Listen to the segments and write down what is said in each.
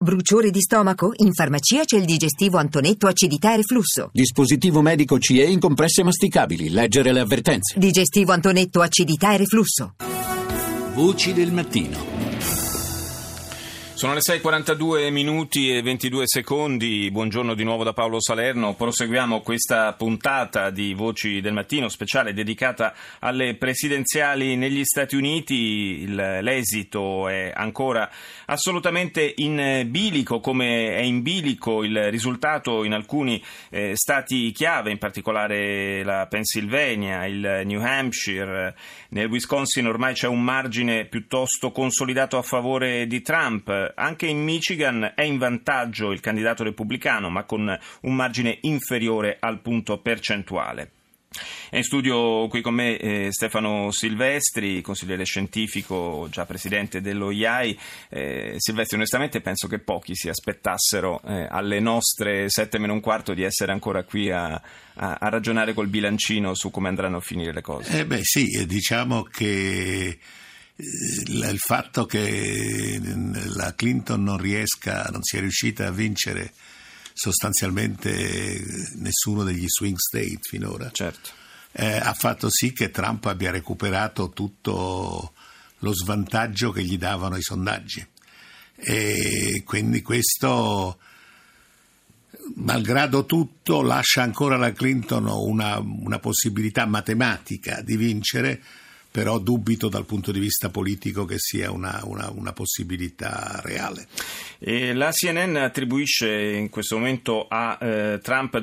Bruciore di stomaco? In farmacia c'è il digestivo Antonetto acidità e reflusso. Dispositivo medico CE in compresse masticabili. Leggere le avvertenze. Digestivo Antonetto acidità e reflusso. Voci del mattino. Sono le 6:42 minuti e 22 secondi. Buongiorno di nuovo da Paolo Salerno. Proseguiamo questa puntata di Voci del Mattino speciale dedicata alle presidenziali negli Stati Uniti. L'esito è ancora assolutamente in bilico, come è in bilico il risultato in alcuni stati chiave, in particolare la Pennsylvania, il New Hampshire. Nel Wisconsin ormai c'è un margine piuttosto consolidato a favore di Trump. Anche in Michigan è in vantaggio il candidato repubblicano, ma con un margine inferiore al punto percentuale. È in studio qui con me Stefano Silvestri, consigliere scientifico, già presidente dello IAI. Silvestri, onestamente penso che pochi si aspettassero alle nostre 7:15 di essere ancora qui a ragionare col bilancino su come andranno a finire le cose. Sì, diciamo che il fatto che la Clinton non sia riuscita a vincere sostanzialmente nessuno degli swing state finora, certo, ha fatto sì che Trump abbia recuperato tutto lo svantaggio che gli davano i sondaggi, e quindi questo, malgrado tutto, lascia ancora alla Clinton una possibilità matematica di vincere, però dubito dal punto di vista politico che sia una possibilità reale. E la CNN attribuisce in questo momento a Trump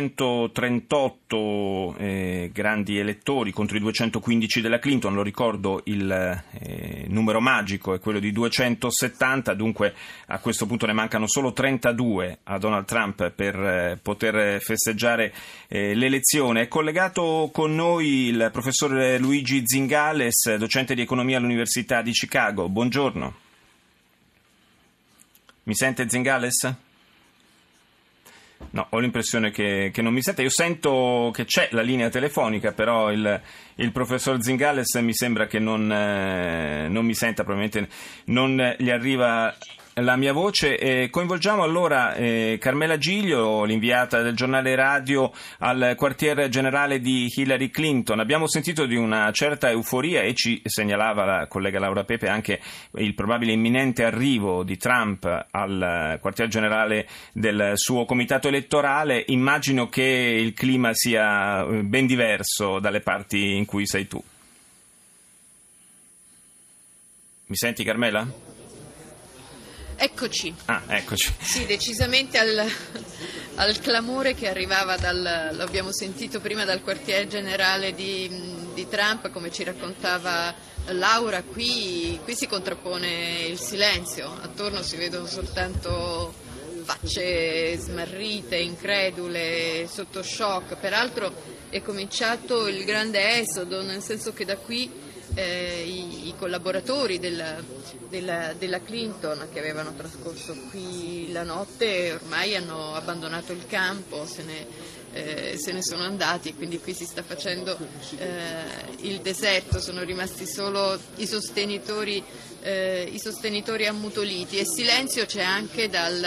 238 grandi elettori contro i 215 della Clinton. Lo ricordo, il numero magico è quello di 270, dunque a questo punto ne mancano solo 32 a Donald Trump per poter festeggiare l'elezione. È collegato con noi il professor Luigi Zingales, docente di economia all'Università di Chicago. Buongiorno. Mi sente Zingales? No, ho l'impressione che non mi sente. Io sento che c'è la linea telefonica, però il professor Zingales mi sembra che non mi senta, probabilmente non gli arriva la mia voce. Coinvolgiamo allora Carmela Giglio, l'inviata del giornale radio al quartier generale di Hillary Clinton. Abbiamo sentito di una certa euforia e ci segnalava la collega Laura Pepe anche il probabile imminente arrivo di Trump al quartier generale del suo comitato elettorale. Immagino che il clima sia ben diverso dalle parti in cui sei tu. Mi senti, Carmela? Eccoci. Eccoci. Sì, decisamente al clamore che arrivava lo abbiamo sentito prima dal quartier generale di Trump, come ci raccontava Laura, qui si contrappone il silenzio, attorno si vedono soltanto facce smarrite, incredule, sotto shock. Peraltro è cominciato il grande esodo, nel senso che da qui i collaboratori della Clinton, che avevano trascorso qui la notte, ormai hanno abbandonato il campo, se ne sono andati, e quindi qui si sta facendo il deserto. Sono rimasti solo i sostenitori ammutoliti, e silenzio c'è anche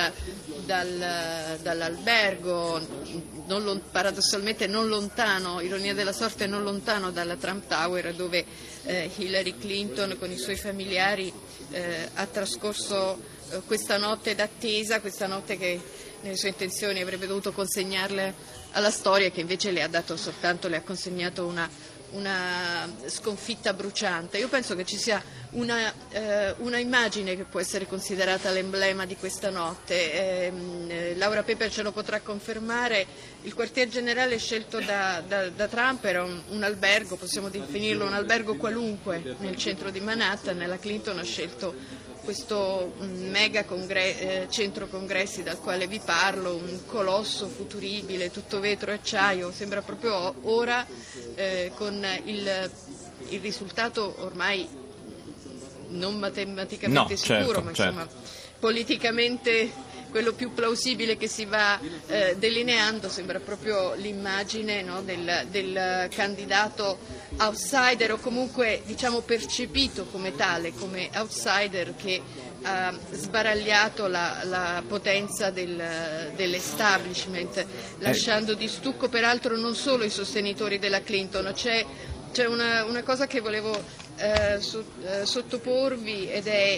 dall'albergo, paradossalmente non lontano, ironia della sorte, non lontano dalla Trump Tower, dove Hillary Clinton con i suoi familiari ha trascorso questa notte d'attesa, questa notte che nelle sue intenzioni avrebbe dovuto consegnarle alla storia, che invece le ha consegnato una sconfitta bruciante. Io penso che ci sia una immagine che può essere considerata l'emblema di questa notte. Laura Pepe ce lo potrà confermare. Il quartier generale scelto da Trump era un albergo, possiamo definirlo un albergo qualunque, nel centro di Manhattan. La Clinton ha scelto questo mega centro congressi dal quale vi parlo, un colosso futuribile, tutto vetro e acciaio. Sembra proprio ora, con il risultato ormai non matematicamente sicuro, ma insomma politicamente quello più plausibile che si va delineando, sembra proprio l'immagine, no, del candidato outsider, o comunque diciamo percepito come tale, come outsider, che sbaragliato la potenza dell'establishment, lasciando di stucco peraltro non solo i sostenitori della Clinton. C'è una cosa che volevo sottoporvi, ed è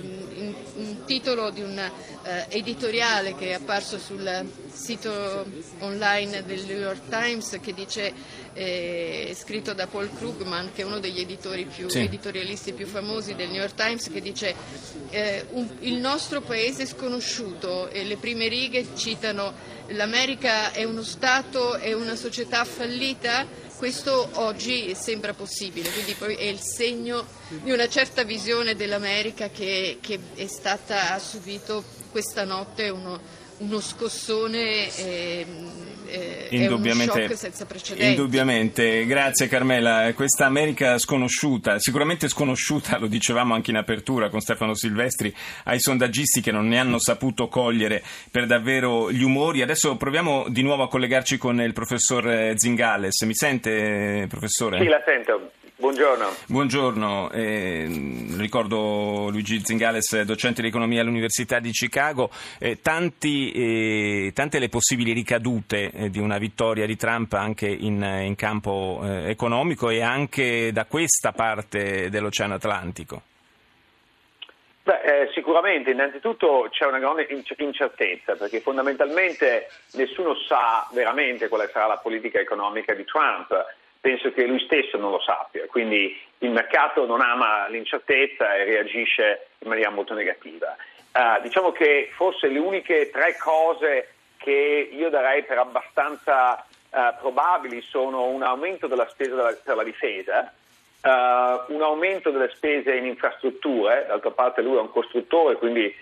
un titolo di un editoriale che è apparso sul sito online del New York Times, che dice, scritto da Paul Krugman, che è uno degli editorialisti più famosi del New York Times, che dice il nostro paese sconosciuto, e le prime righe citano: l'America è uno Stato, è una società fallita. Questo oggi sembra possibile, quindi poi è il segno di una certa visione dell'America che ha subito questa notte uno scossone e uno shock senza precedenti. Indubbiamente, grazie Carmela. Questa America sconosciuta, sicuramente sconosciuta, lo dicevamo anche in apertura con Stefano Silvestri, ai sondaggisti che non ne hanno saputo cogliere per davvero gli umori. Adesso proviamo di nuovo a collegarci con il professor Zingales. Mi sente, professore? Sì, la sento. Buongiorno. Buongiorno, ricordo Luigi Zingales, docente di economia all'Università di Chicago. Tante le possibili ricadute di una vittoria di Trump anche in campo economico e anche da questa parte dell'Oceano Atlantico. Sicuramente, innanzitutto c'è una grande incertezza, perché fondamentalmente nessuno sa veramente quale sarà la politica economica di Trump. Penso che lui stesso non lo sappia, quindi il mercato non ama l'incertezza e reagisce in maniera molto negativa. Diciamo che forse le uniche tre cose che io darei per abbastanza probabili sono un aumento della spesa per la difesa, un aumento delle spese in infrastrutture. D'altra parte lui è un costruttore, quindi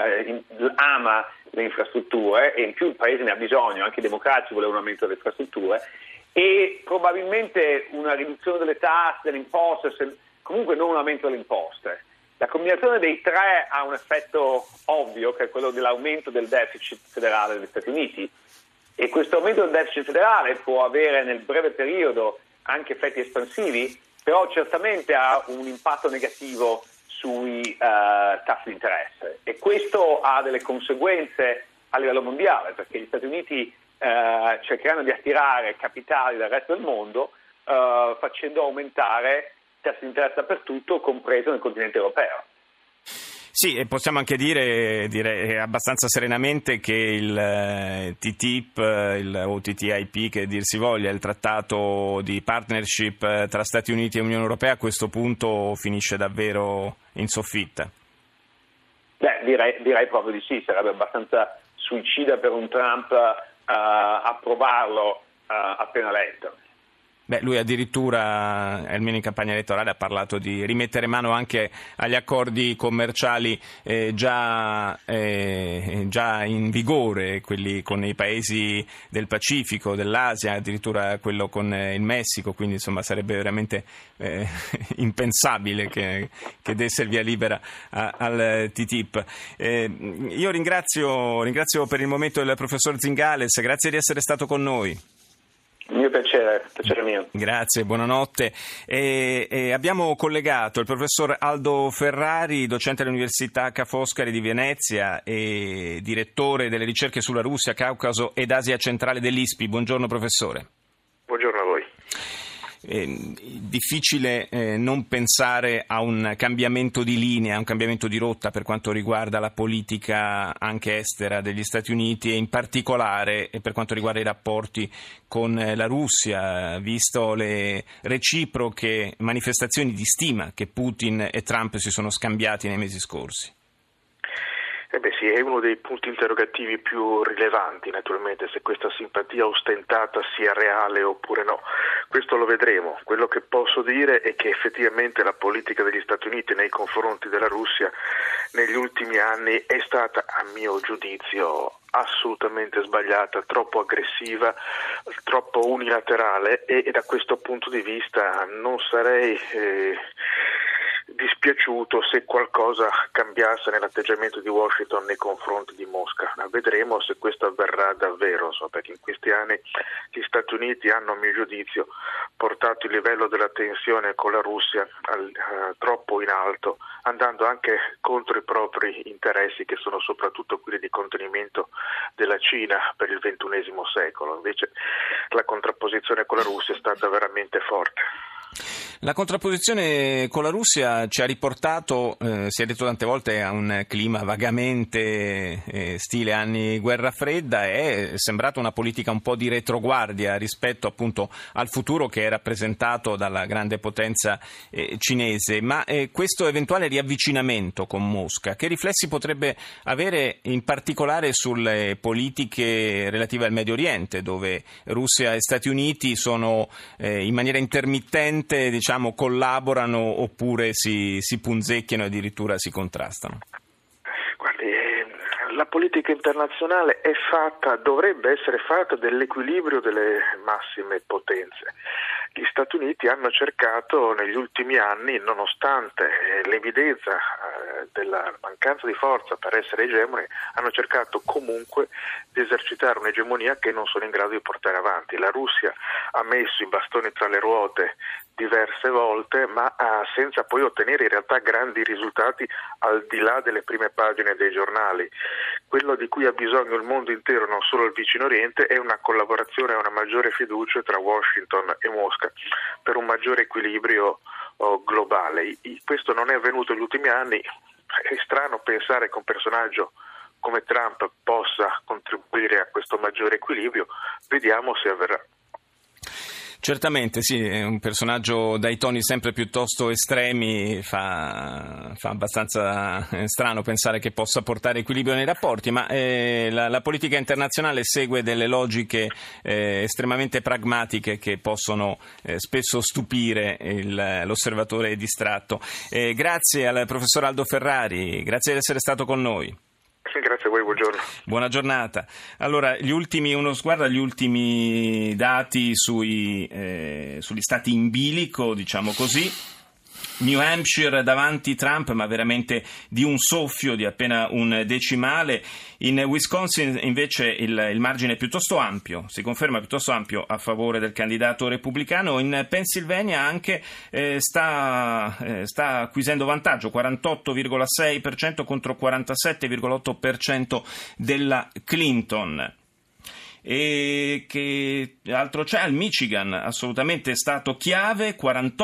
ama le infrastrutture, e in più il paese ne ha bisogno, anche i democratici volevano un aumento delle infrastrutture, e probabilmente una riduzione delle tasse, delle imposte, comunque non un aumento delle imposte. La combinazione dei tre ha un effetto ovvio, che è quello dell'aumento del deficit federale degli Stati Uniti, e questo aumento del deficit federale può avere nel breve periodo anche effetti espansivi, però certamente ha un impatto negativo sui tassi di interesse, e questo ha delle conseguenze a livello mondiale, perché gli Stati Uniti cercheranno di attirare capitali dal resto del mondo, facendo aumentare i tassi di interesse dappertutto, compreso nel continente europeo. Sì, e possiamo anche dire abbastanza serenamente che il TTIP, o TTIP che dir si voglia, il trattato di partnership tra Stati Uniti e Unione Europea, a questo punto finisce davvero in soffitta. Direi proprio di sì, sarebbe abbastanza suicida per un Trump approvarlo appena eletto. Lui addirittura, almeno in campagna elettorale, ha parlato di rimettere mano anche agli accordi commerciali già in vigore, quelli con i paesi del Pacifico, dell'Asia, addirittura quello con il Messico, quindi insomma sarebbe veramente impensabile che desse il via libera al TTIP. Io ringrazio per il momento il professor Zingales, grazie di essere stato con noi. Mio piacere mio. Grazie, buonanotte. Abbiamo collegato il professor Aldo Ferrari, docente all'Università Ca' Foscari di Venezia e direttore delle ricerche sulla Russia, Caucaso ed Asia centrale dell'ISPI. Buongiorno professore. Buongiorno a voi. Difficile non pensare a un cambiamento di linea, a un cambiamento di rotta per quanto riguarda la politica anche estera degli Stati Uniti e in particolare per quanto riguarda i rapporti con la Russia, visto le reciproche manifestazioni di stima che Putin e Trump si sono scambiati nei mesi scorsi. Sì, è uno dei punti interrogativi più rilevanti, naturalmente, se questa simpatia ostentata sia reale oppure no. Questo lo vedremo. Quello che posso dire è che effettivamente la politica degli Stati Uniti nei confronti della Russia negli ultimi anni è stata, a mio giudizio, assolutamente sbagliata, troppo aggressiva, troppo unilaterale, e da questo punto di vista non sarei dispiaciuto se qualcosa cambiasse nell'atteggiamento di Washington nei confronti di Mosca. Ma vedremo se questo avverrà davvero, perché in questi anni gli Stati Uniti hanno, a mio giudizio, portato il livello della tensione con la Russia troppo in alto, andando anche contro i propri interessi, che sono soprattutto quelli di contenimento della Cina per il XXI secolo. Invece la contrapposizione con la Russia è stata veramente forte. La contrapposizione con la Russia ci ha riportato, si è detto tante volte, a un clima vagamente stile anni guerra fredda. È sembrata una politica un po' di retroguardia rispetto appunto al futuro che è rappresentato dalla grande potenza cinese. Ma questo eventuale riavvicinamento con Mosca, che riflessi potrebbe avere in particolare sulle politiche relative al Medio Oriente, dove Russia e Stati Uniti sono in maniera intermittente, collaborano oppure si punzecchiano e addirittura si contrastano? Guardi, la politica internazionale dovrebbe essere fatta dell'equilibrio delle massime potenze. Gli Stati Uniti hanno cercato negli ultimi anni, nonostante l'evidenza della mancanza di forza per essere egemoni, hanno cercato comunque di esercitare un'egemonia che non sono in grado di portare avanti. La Russia ha messo i bastoni tra le ruote diverse volte, ma senza poi ottenere in realtà grandi risultati al di là delle prime pagine dei giornali. Quello di cui ha bisogno il mondo intero, non solo il vicino Oriente, è una collaborazione e una maggiore fiducia tra Washington e Mosca per un maggiore equilibrio globale. Questo non è avvenuto negli ultimi anni. È strano pensare che un personaggio come Trump possa contribuire a questo maggiore equilibrio. Vediamo se avverrà. Certamente sì, è un personaggio dai toni sempre piuttosto estremi, fa abbastanza strano pensare che possa portare equilibrio nei rapporti, ma la politica internazionale segue delle logiche estremamente pragmatiche che possono spesso stupire l'osservatore distratto. Grazie al professor Aldo Ferrari, grazie di essere stato con noi. Grazie a voi, buongiorno. Buona giornata. Allora, uno sguardo agli ultimi dati sugli stati in bilico, diciamo così. New Hampshire davanti Trump, ma veramente di un soffio, di appena un decimale. In Wisconsin invece il margine è piuttosto ampio, si conferma piuttosto ampio a favore del candidato repubblicano. In Pennsylvania anche sta acquisendo vantaggio, 48,6% contro 47,8% della Clinton. E che altro c'è? Al Michigan, assolutamente stato chiave,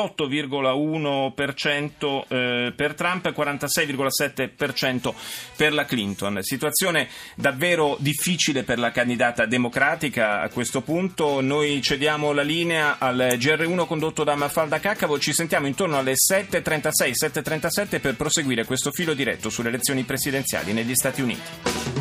48,1% per Trump e 46,7% per la Clinton. Situazione davvero difficile per la candidata democratica a questo punto. Noi cediamo la linea al GR1 condotto da Mafalda Caccavo. Ci sentiamo intorno alle 7.36, 7.37 per proseguire questo filo diretto sulle elezioni presidenziali negli Stati Uniti.